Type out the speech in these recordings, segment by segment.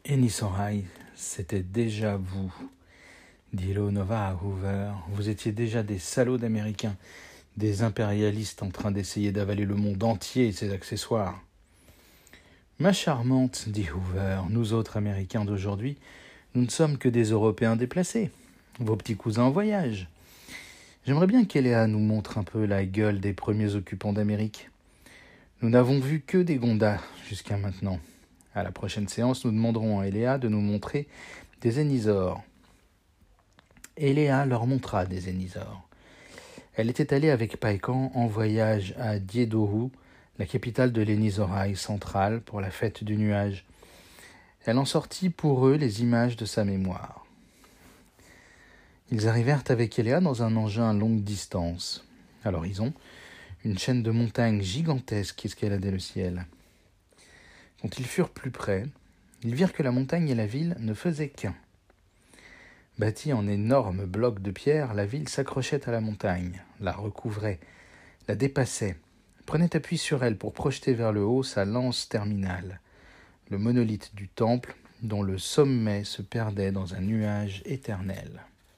Enisorai, c'était déjà vous, dit Nova à Hoover. Vous étiez déjà des salauds d'Américains, des impérialistes en train d'essayer d'avaler le monde entier et ses accessoires. Ma charmante, dit Hoover, nous autres Américains d'aujourd'hui, nous ne sommes que des Européens déplacés, vos petits cousins en voyage. J'aimerais bien qu'Eléa nous montre un peu la gueule des premiers occupants d'Amérique. Nous n'avons vu que des Gondas jusqu'à maintenant. À la prochaine séance, nous demanderons à Eléa de nous montrer des Énisors. Eléa leur montra des Énisors. Elle était allée avec Paekan en voyage à Diedoru, la capitale de l'Enisorai centrale, pour la fête du nuage. Elle en sortit pour eux les images de sa mémoire. Ils arrivèrent avec Eléa dans un engin à longue distance. À l'horizon, une chaîne de montagnes gigantesques escaladait le ciel. Quand ils furent plus près, ils virent que la montagne et la ville ne faisaient qu'un. Bâtie en énormes blocs de pierre, la ville s'accrochait à la montagne, la recouvrait, la dépassait, prenait appui sur elle pour projeter vers le haut sa lance terminale, le monolithe du temple dont le sommet se perdait dans un nuage éternel.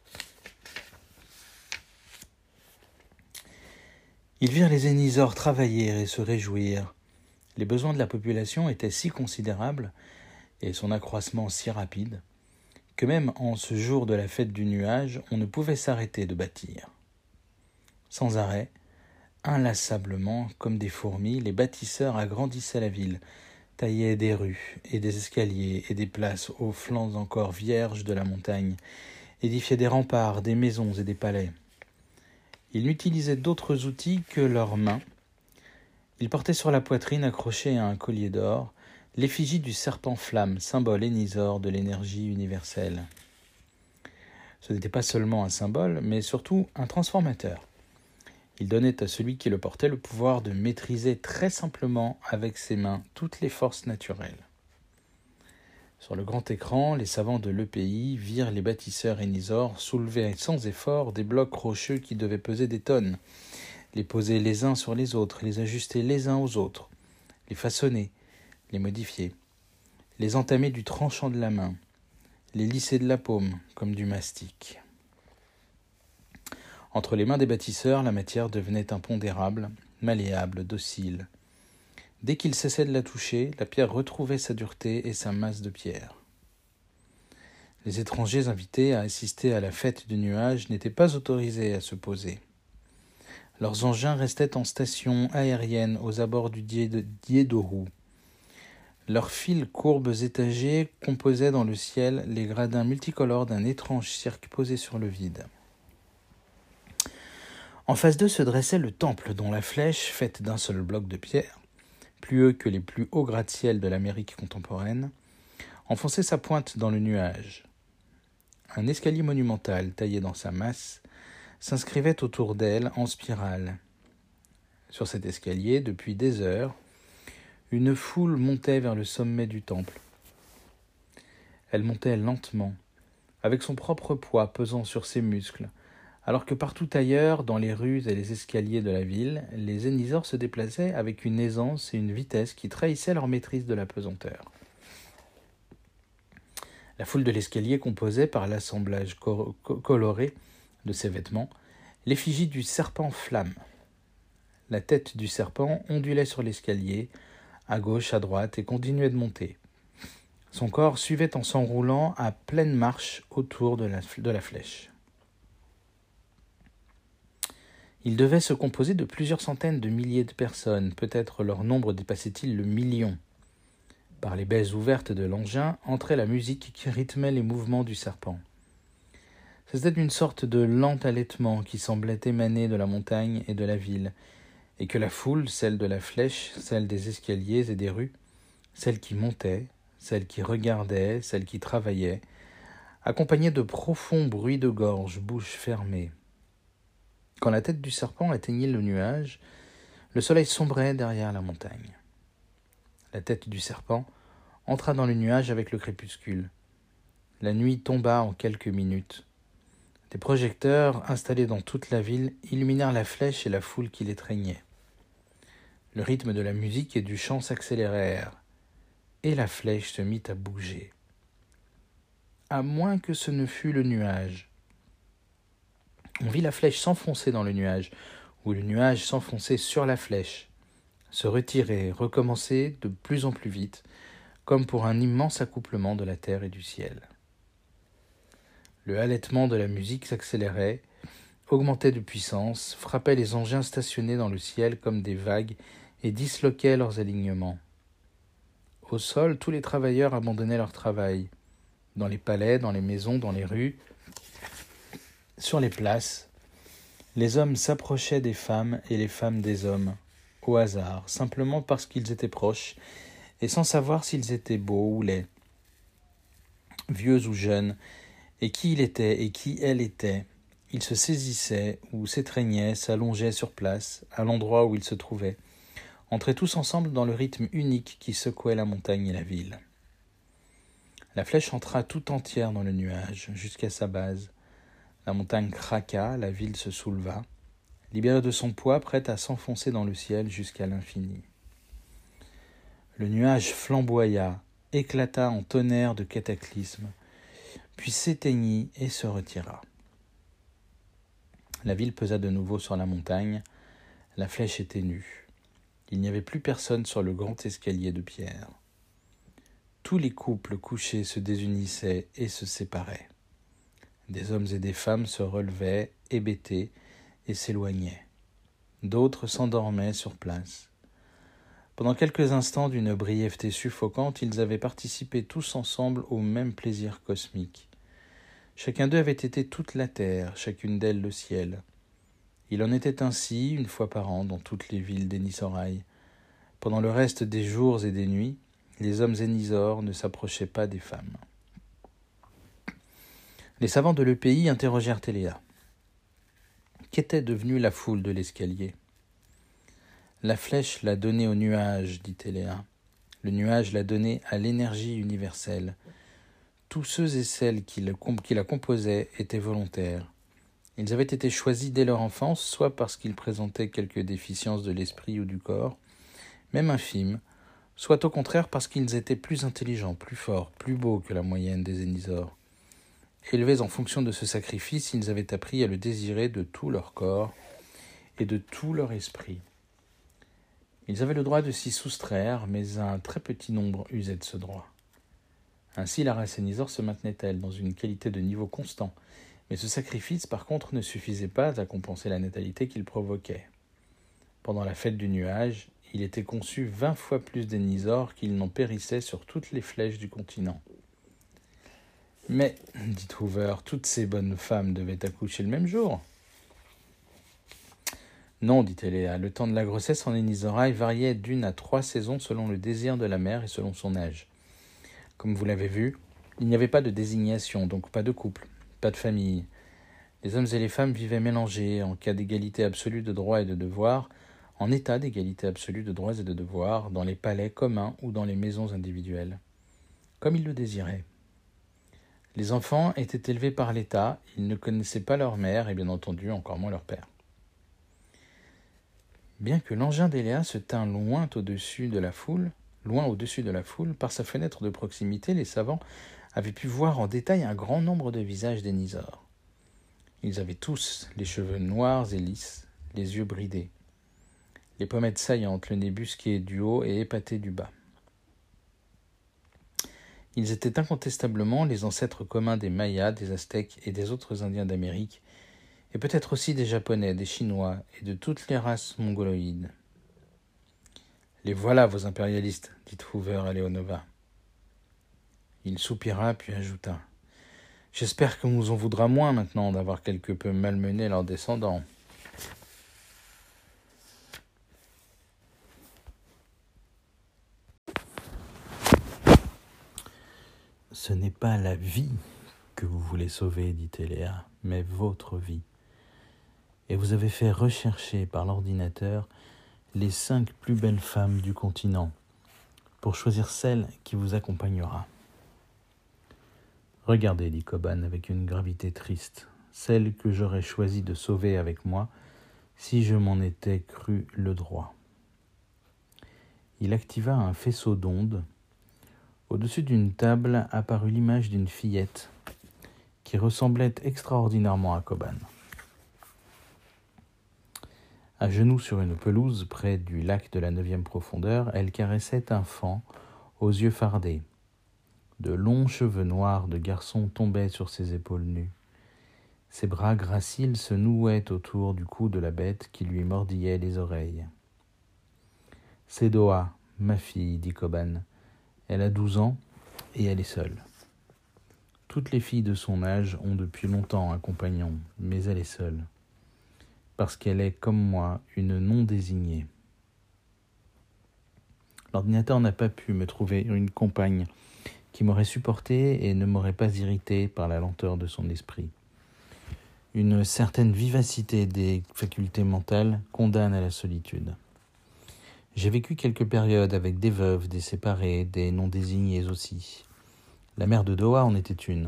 Ils virent les Énisors travailler et se réjouir. Les besoins de la population étaient si considérables et son accroissement si rapide que même en ce jour de la fête du nuage, on ne pouvait s'arrêter de bâtir. Sans arrêt, inlassablement, comme des fourmis, les bâtisseurs agrandissaient la ville, taillaient des rues et des escaliers et des places aux flancs encore vierges de la montagne, édifiaient des remparts, des maisons et des palais. Ils n'utilisaient d'autres outils que leurs mains. Ils portaient sur la poitrine, accrochée à un collier d'or, l'effigie du serpent flamme, symbole énisore de l'énergie universelle. Ce n'était pas seulement un symbole, mais surtout un transformateur. Il donnait à celui qui le portait le pouvoir de maîtriser très simplement avec ses mains toutes les forces naturelles. Sur le grand écran, les savants de l'EPI virent les bâtisseurs énisores soulever sans effort des blocs rocheux qui devaient peser des tonnes, les poser les uns sur les autres, les ajuster les uns aux autres, les façonner, les modifier, les entamer du tranchant de la main, les lisser de la paume comme du mastic. Entre les mains des bâtisseurs, la matière devenait impondérable, malléable, docile. Dès qu'ils cessaient de la toucher, la pierre retrouvait sa dureté et sa masse de pierre. Les étrangers invités à assister à la fête du nuage n'étaient pas autorisés à se poser. Leurs engins restaient en station aérienne aux abords du Diedoru. Leurs fils courbes étagés composaient dans le ciel les gradins multicolores d'un étrange cirque posé sur le vide. En face d'eux se dressait le temple dont la flèche, faite d'un seul bloc de pierre, plus haut que les plus hauts gratte-ciel de l'Amérique contemporaine, enfonçait sa pointe dans le nuage. Un escalier monumental taillé dans sa masse s'inscrivait autour d'elle en spirale. Sur cet escalier, depuis des heures, une foule montait vers le sommet du temple. Elle montait lentement, avec son propre poids pesant sur ses muscles, alors que partout ailleurs, dans les rues et les escaliers de la ville, les Énisors se déplaçaient avec une aisance et une vitesse qui trahissaient leur maîtrise de la pesanteur. La foule de l'escalier composait, par l'assemblage coloré de ses vêtements, l'effigie du serpent flamme. La tête du serpent ondulait sur l'escalier, à gauche, à droite, et continuait de monter. Son corps suivait en s'enroulant à pleine marche autour de la flèche. Il devait se composer de plusieurs centaines de milliers de personnes, peut-être leur nombre dépassait-il le million. Par les baies ouvertes de l'engin entrait la musique qui rythmait les mouvements du serpent. C'était une sorte de lent allaitement qui semblait émaner de la montagne et de la ville, et que la foule, celle de la flèche, celle des escaliers et des rues, celle qui montait, celle qui regardait, celle qui travaillait, accompagnait de profonds bruits de gorge, bouche fermée. Quand la tête du serpent atteignit le nuage, le soleil sombrait derrière la montagne. La tête du serpent entra dans le nuage avec le crépuscule. La nuit tomba en quelques minutes. Des projecteurs installés dans toute la ville illuminèrent la flèche et la foule qui l'étreignait. Le rythme de la musique et du chant s'accélérèrent, et la flèche se mit à bouger. à moins que ce ne fût le nuage. On vit la flèche s'enfoncer dans le nuage, ou le nuage s'enfoncer sur la flèche, se retirer, recommencer de plus en plus vite, comme pour un immense accouplement de la terre et du ciel. Le halètement de la musique s'accélérait, augmentait de puissance, frappait les engins stationnés dans le ciel comme des vagues et disloquait leurs alignements. Au sol, tous les travailleurs abandonnaient leur travail. Dans les palais, dans les maisons, dans les rues, sur les places, les hommes s'approchaient des femmes et les femmes des hommes, au hasard, simplement parce qu'ils étaient proches, et sans savoir s'ils étaient beaux ou laids, vieux ou jeunes, et qui il était et qui elle était. Ils se saisissaient ou s'étreignaient, s'allongeaient sur place, à l'endroit où ils se trouvaient, entraient tous ensemble dans le rythme unique qui secouait la montagne et la ville. La flèche entra tout entière dans le nuage, jusqu'à sa base. La montagne craqua, la ville se souleva, libérée de son poids, prête à s'enfoncer dans le ciel jusqu'à l'infini. Le nuage flamboya, éclata en tonnerre de cataclysme, puis s'éteignit et se retira. La ville pesa de nouveau sur la montagne, la flèche était nue. Il n'y avait plus personne sur le grand escalier de pierre. Tous les couples couchés se désunissaient et se séparaient. Des hommes et des femmes se relevaient, hébétés, et s'éloignaient. D'autres s'endormaient sur place. Pendant quelques instants d'une brièveté suffocante, ils avaient participé tous ensemble au même plaisir cosmique. Chacun d'eux avait été toute la terre, chacune d'elles le ciel. Il en était ainsi, une fois par an, dans toutes les villes d'Enisoraï. Pendant le reste des jours et des nuits, les hommes Énisor ne s'approchaient pas des femmes. Les savants de le pays interrogèrent Téléa. Qu'était devenue la foule de l'escalier ? La flèche l'a donnée au nuage, dit Téléa. Le nuage l'a donnée à l'énergie universelle. Tous ceux et celles qui la composaient étaient volontaires. Ils avaient été choisis dès leur enfance, soit parce qu'ils présentaient quelques déficiences de l'esprit ou du corps, même infimes, soit au contraire parce qu'ils étaient plus intelligents, plus forts, plus beaux que la moyenne des Énisors. Élevés en fonction de ce sacrifice, ils avaient appris à le désirer de tout leur corps et de tout leur esprit. Ils avaient le droit de s'y soustraire, mais un très petit nombre usait de ce droit. Ainsi, la race Énisor se maintenait-elle dans une qualité de niveau constant, mais ce sacrifice, par contre, ne suffisait pas à compenser la natalité qu'il provoquait. Pendant la fête du nuage, il était conçu 20 fois plus d'Énisor qu'il n'en périssait sur toutes les flèches du continent. Mais, dit Hoover, toutes ces bonnes femmes devaient accoucher le même jour. Non, dit Téléa, le temps de la grossesse en Énisoraï variait d'1 à 3 saisons selon le désir de la mère et selon son âge. Comme vous l'avez vu, il n'y avait pas de désignation, donc pas de couple, pas de famille. Les hommes et les femmes vivaient mélangés, en cas d'égalité absolue de droits et de devoirs, en état d'égalité absolue de droits et de devoirs, dans les palais communs ou dans les maisons individuelles, comme ils le désiraient. Les enfants étaient élevés par l'État, ils ne connaissaient pas leur mère et bien entendu encore moins leur père. Bien que l'engin d'Éléa se tînt loin au-dessus de la foule, par sa fenêtre de proximité, les savants avaient pu voir en détail un grand nombre de visages d'Énisor. Ils avaient tous les cheveux noirs et lisses, les yeux bridés, les pommettes saillantes, le nez busqué du haut et épaté du bas. Ils étaient incontestablement les ancêtres communs des Mayas, des Aztèques et des autres Indiens d'Amérique, et peut-être aussi des Japonais, des Chinois et de toutes les races mongoloïdes. « Les voilà, vos impérialistes, dit Hoover à Leonova. Il soupira puis ajouta. « J'espère qu'on nous en voudra moins maintenant d'avoir quelque peu malmené leurs descendants. » Ce n'est pas la vie que vous voulez sauver, dit Téléa, mais votre vie. Et vous avez fait rechercher par l'ordinateur les 5 plus belles femmes du continent pour choisir celle qui vous accompagnera. Regardez, dit Coban avec une gravité triste, celle que j'aurais choisi de sauver avec moi si je m'en étais cru le droit. Il activa un faisceau d'ondes. Au-dessus d'une table apparut l'image d'une fillette qui ressemblait extraordinairement à Koban. À genoux sur une pelouse près du lac de la 9e profondeur, elle caressait un faon aux yeux fardés. De longs cheveux noirs de garçon tombaient sur ses épaules nues. Ses bras graciles se nouaient autour du cou de la bête qui lui mordillait les oreilles. « C'est Doa, ma fille, dit Koban. Elle a 12 ans et elle est seule. Toutes les filles de son âge ont depuis longtemps un compagnon, mais elle est seule. Parce qu'elle est, comme moi, une non désignée. L'ordinateur n'a pas pu me trouver une compagne qui m'aurait supporté et ne m'aurait pas irrité par la lenteur de son esprit. Une certaine vivacité des facultés mentales condamne à la solitude. J'ai vécu quelques périodes avec des veuves, des séparés, des non-désignés aussi. La mère de Doa en était une.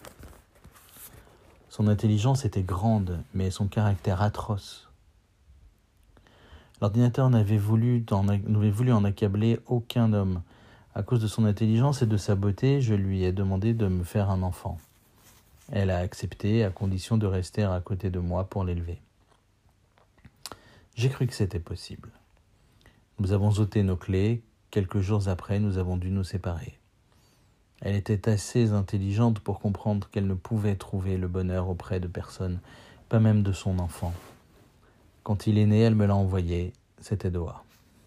Son intelligence était grande, mais son caractère atroce. L'ordinateur n'avait voulu en accabler aucun homme. À cause de son intelligence et de sa beauté, je lui ai demandé de me faire un enfant. Elle a accepté, à condition de rester à côté de moi pour l'élever. J'ai cru que c'était possible. Nous avons ôté nos clés. Quelques jours après, nous avons dû nous séparer. Elle était assez intelligente pour comprendre qu'elle ne pouvait trouver le bonheur auprès de personne, pas même de son enfant. Quand il est né, elle me l'a envoyé. C'était Doa.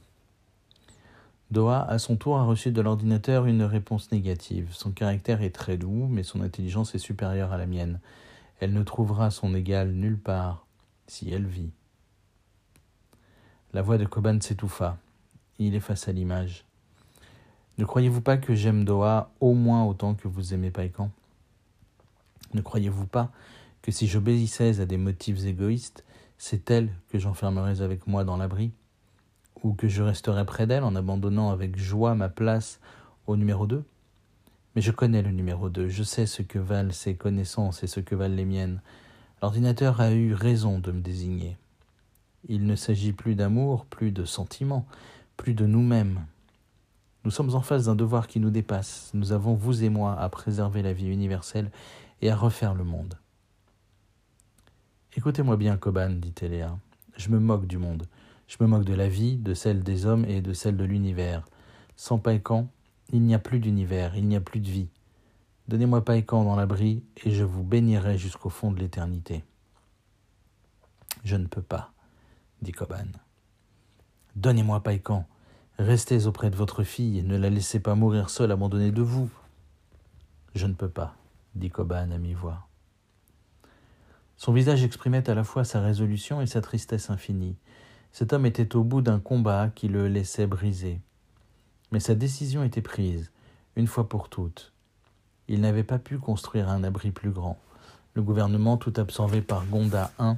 Doa, à son tour, a reçu de l'ordinateur une réponse négative. Son caractère est très doux, mais son intelligence est supérieure à la mienne. Elle ne trouvera son égal nulle part, si elle vit. La voix de Koban s'étouffa. Il effaça l'image. Ne croyez-vous pas que j'aime Doa au moins autant que vous aimez Païkan ? Ne croyez-vous pas que si j'obéissais à des motifs égoïstes, c'est elle que j'enfermerais avec moi dans l'abri ? Ou que je resterais près d'elle en abandonnant avec joie ma place au numéro 2 ? Mais je connais le numéro 2, je sais ce que valent ses connaissances et ce que valent les miennes. L'ordinateur a eu raison de me désigner. Il ne s'agit plus d'amour, plus de sentiments, plus de nous-mêmes. Nous sommes en face d'un devoir qui nous dépasse. Nous avons, vous et moi, à préserver la vie universelle et à refaire le monde. Écoutez-moi bien, Koban, dit Téléa. Je me moque du monde. Je me moque de la vie, de celle des hommes et de celle de l'univers. Sans Païkan, il n'y a plus d'univers, il n'y a plus de vie. Donnez-moi Païkan dans l'abri et je vous bénirai jusqu'au fond de l'éternité. Je ne peux pas, dit Koban. Donnez-moi Païkan. Restez auprès de votre fille et ne la laissez pas mourir seule abandonnée de vous. Je ne peux pas, dit Koban à mi-voix. Son visage exprimait à la fois sa résolution et sa tristesse infinie. Cet homme était au bout d'un combat qui le laissait brisé. Mais sa décision était prise, une fois pour toutes. Il n'avait pas pu construire un abri plus grand. Le gouvernement, tout absorbé par Gonda I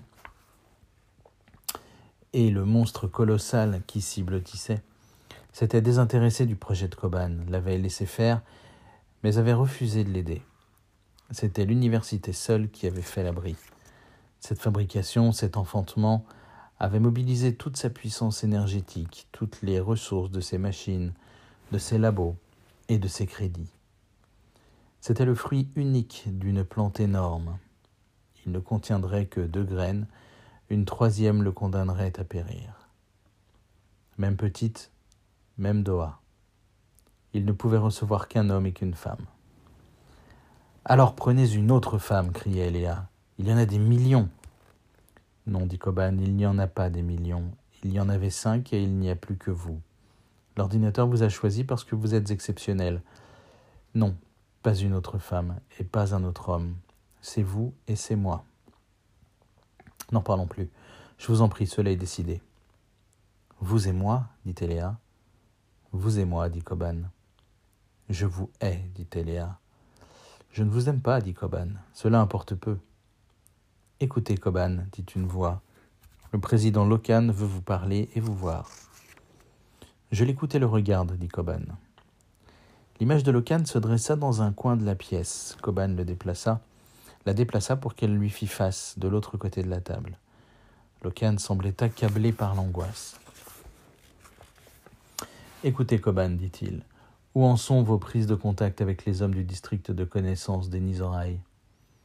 et le monstre colossal qui s'y blottissait, s'était désintéressé du projet de Koban, l'avait laissé faire, mais avait refusé de l'aider. C'était l'université seule qui avait fait l'abri. Cette fabrication, cet enfantement, avait mobilisé toute sa puissance énergétique, toutes les ressources de ses machines, de ses labos et de ses crédits. C'était le fruit unique d'une plante énorme. Il ne contiendrait que 2 graines, une 3e le condamnerait à périr. Même petite, même Doa. Il ne pouvait recevoir qu'un homme et qu'une femme. « Alors prenez une autre femme, criait Léa. Il y en a des millions. Non, dit Koban, il n'y en a pas des millions. Il y en avait 5 et il n'y a plus que vous. L'ordinateur vous a choisi parce que vous êtes exceptionnel. Non, pas une autre femme et pas un autre homme. C'est vous et c'est moi. N'en parlons plus. Je vous en prie, cela est décidé. Vous et moi, dit Téléa. Vous et moi, dit Koban. Je vous hais, dit Téléa. Je ne vous aime pas, dit Koban. Cela importe peu. Écoutez, Koban, dit une voix. Le président Lokan veut vous parler et vous voir. Je l'écoute et le regarde, dit Koban. L'image de Lokan se dressa dans un coin de la pièce. Koban la déplaça pour qu'elle lui fît face de l'autre côté de la table. Lokan semblait accablé par l'angoisse. Écoutez, Koban, dit-il, où en sont vos prises de contact avec les hommes du district de connaissance des Nizoraï ?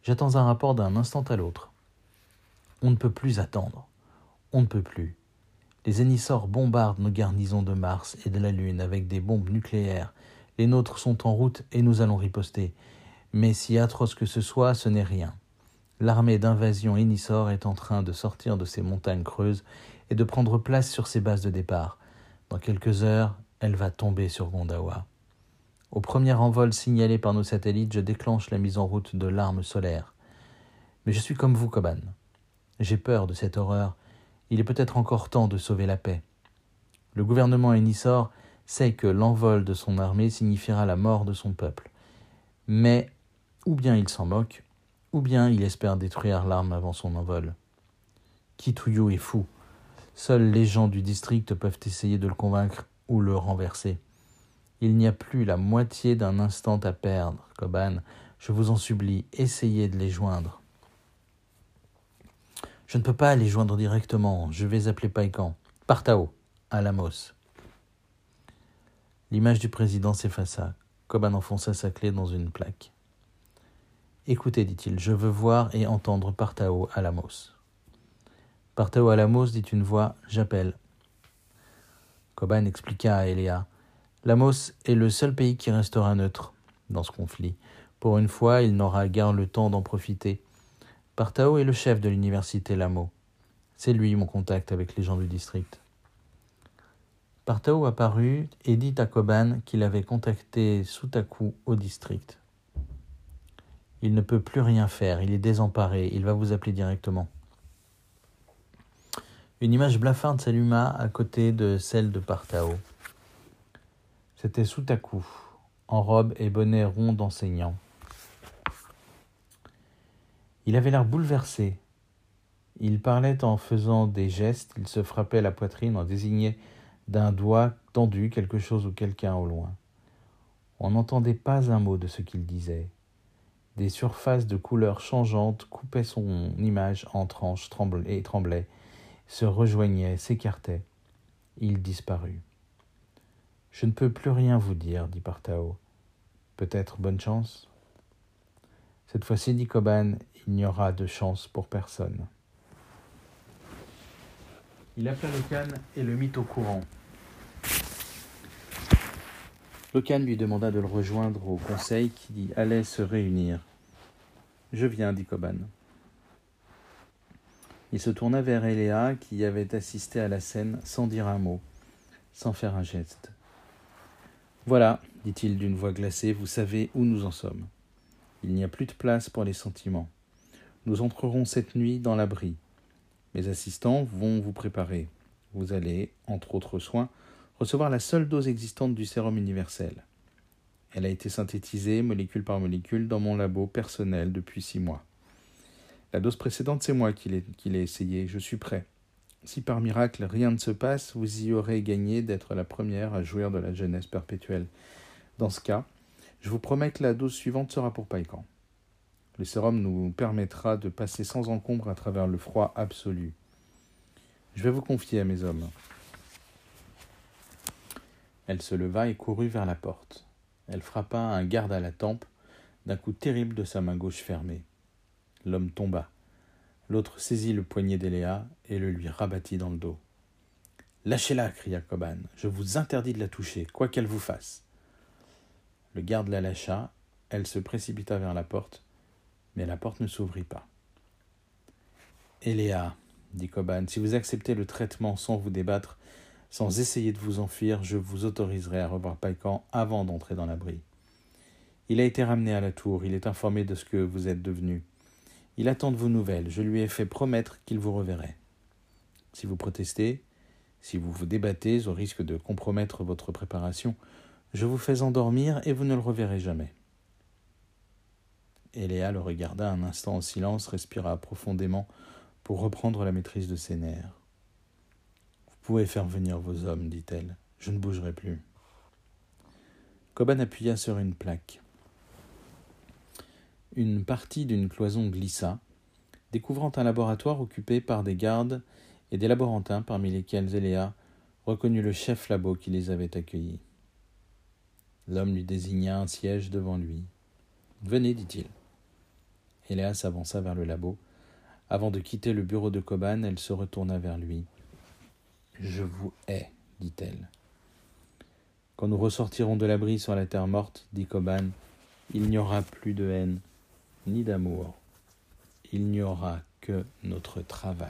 J'attends un rapport d'un instant à l'autre. On ne peut plus attendre. On ne peut plus. Les énisseurs bombardent nos garnisons de Mars et de la Lune avec des bombes nucléaires. Les nôtres sont en route et nous allons riposter. Mais si atroce que ce soit, ce n'est rien. L'armée d'invasion énisseur est en train de sortir de ces montagnes creuses et de prendre place sur ses bases de départ. Dans quelques heures, elle va tomber sur Gondawa. Au premier envol signalé par nos satellites, je déclenche la mise en route de l'arme solaire. Mais je suis comme vous, Koban. J'ai peur de cette horreur. Il est peut-être encore temps de sauver la paix. Le gouvernement énisseur sait que l'envol de son armée signifiera la mort de son peuple. Mais ou bien il s'en moque, ou bien il espère détruire l'arme avant son envol. Kituyu est fou. Seuls les gens du district peuvent essayer de le convaincre ou le renverser. Il n'y a plus la moitié d'un instant à perdre, Koban. Je vous en supplie, essayez de les joindre. Je ne peux pas les joindre directement. Je vais appeler Païkan. Partao, à Lamos. L'image du président s'effaça. Koban enfonça sa clé dans une plaque. Écoutez, dit-il, je veux voir et entendre Partao à Lamos. Partao à Lamos, dit une voix, j'appelle. Koban expliqua à Eléa. Lamos est le seul pays qui restera neutre dans ce conflit. Pour une fois, il n'aura guère le temps d'en profiter. Partao est le chef de l'université Lamo. C'est lui mon contact avec les gens du district. Partao apparut et dit à Koban qu'il avait contacté Sutaku au district. Il ne peut plus rien faire, il est désemparé, il va vous appeler directement. Une image blafarde s'alluma à côté de celle de Partao. C'était Sutaku, en robe et bonnet rond d'enseignant. Il avait l'air bouleversé. Il parlait en faisant des gestes, il se frappait la poitrine en désignait d'un doigt tendu quelque chose ou quelqu'un au loin. On n'entendait pas un mot de ce qu'il disait. Des surfaces de couleurs changeantes coupaient son image en tranches, tremblaient, se rejoignaient, s'écartaient. Il disparut. « Je ne peux plus rien vous dire, dit Partao. Peut-être bonne chance ?» Cette fois-ci, dit Koban, il n'y aura de chance pour personne. Il appela Lokan et le mit au courant. Lokan lui demanda de le rejoindre au conseil qui allait se réunir. « Je viens, dit Koban. » Il se tourna vers Eléa qui avait assisté à la scène sans dire un mot, sans faire un geste. « Voilà, dit-il d'une voix glacée, vous savez où nous en sommes. Il n'y a plus de place pour les sentiments. Nous entrerons cette nuit dans l'abri. Mes assistants vont vous préparer. Vous allez, entre autres soins, recevoir la seule dose existante du sérum universel. Elle a été synthétisée, molécule par molécule, dans mon labo personnel depuis 6 mois. La dose précédente, c'est moi qui l'ai essayée. Je suis prêt. Si par miracle rien ne se passe, vous y aurez gagné d'être la première à jouir de la jeunesse perpétuelle. Dans ce cas, je vous promets que la dose suivante sera pour Païkan. Le sérum nous permettra de passer sans encombre à travers le froid absolu. Je vais vous confier à mes hommes. » Elle se leva et courut vers la porte. Elle frappa un garde à la tempe d'un coup terrible de sa main gauche fermée. L'homme tomba. L'autre saisit le poignet d'Eléa et le lui rabattit dans le dos. « Lâchez-la » cria Koban. « Je vous interdis de la toucher, quoi qu'elle vous fasse. » Le garde la lâcha. Elle se précipita vers la porte, mais la porte ne s'ouvrit pas. « Eléa, dit Koban, si vous acceptez le traitement sans vous débattre, sans essayer de vous enfuir, je vous autoriserai à revoir Païkan avant d'entrer dans l'abri. Il a été ramené à la tour, il est informé de ce que vous êtes devenu. Il attend de vos nouvelles, je lui ai fait promettre qu'il vous reverrait. Si vous protestez, si vous vous débattez au risque de compromettre votre préparation, je vous fais endormir et vous ne le reverrez jamais. » Eléa le regarda un instant en silence, respira profondément pour reprendre la maîtrise de ses nerfs. « Vous pouvez faire venir vos hommes, dit-elle. Je ne bougerai plus. » Koban appuya sur une plaque. Une partie d'une cloison glissa, découvrant un laboratoire occupé par des gardes et des laborantins parmi lesquels Eléa reconnut le chef labo qui les avait accueillis. L'homme lui désigna un siège devant lui. « Venez, dit-il. » Et Léa s'avança vers le labo. Avant de quitter le bureau de Cobham, elle se retourna vers lui. « Je vous hais, dit-elle. »« Quand nous ressortirons de l'abri sur la terre morte, dit Cobham, il n'y aura plus de haine, ni d'amour. Il n'y aura que notre travail. »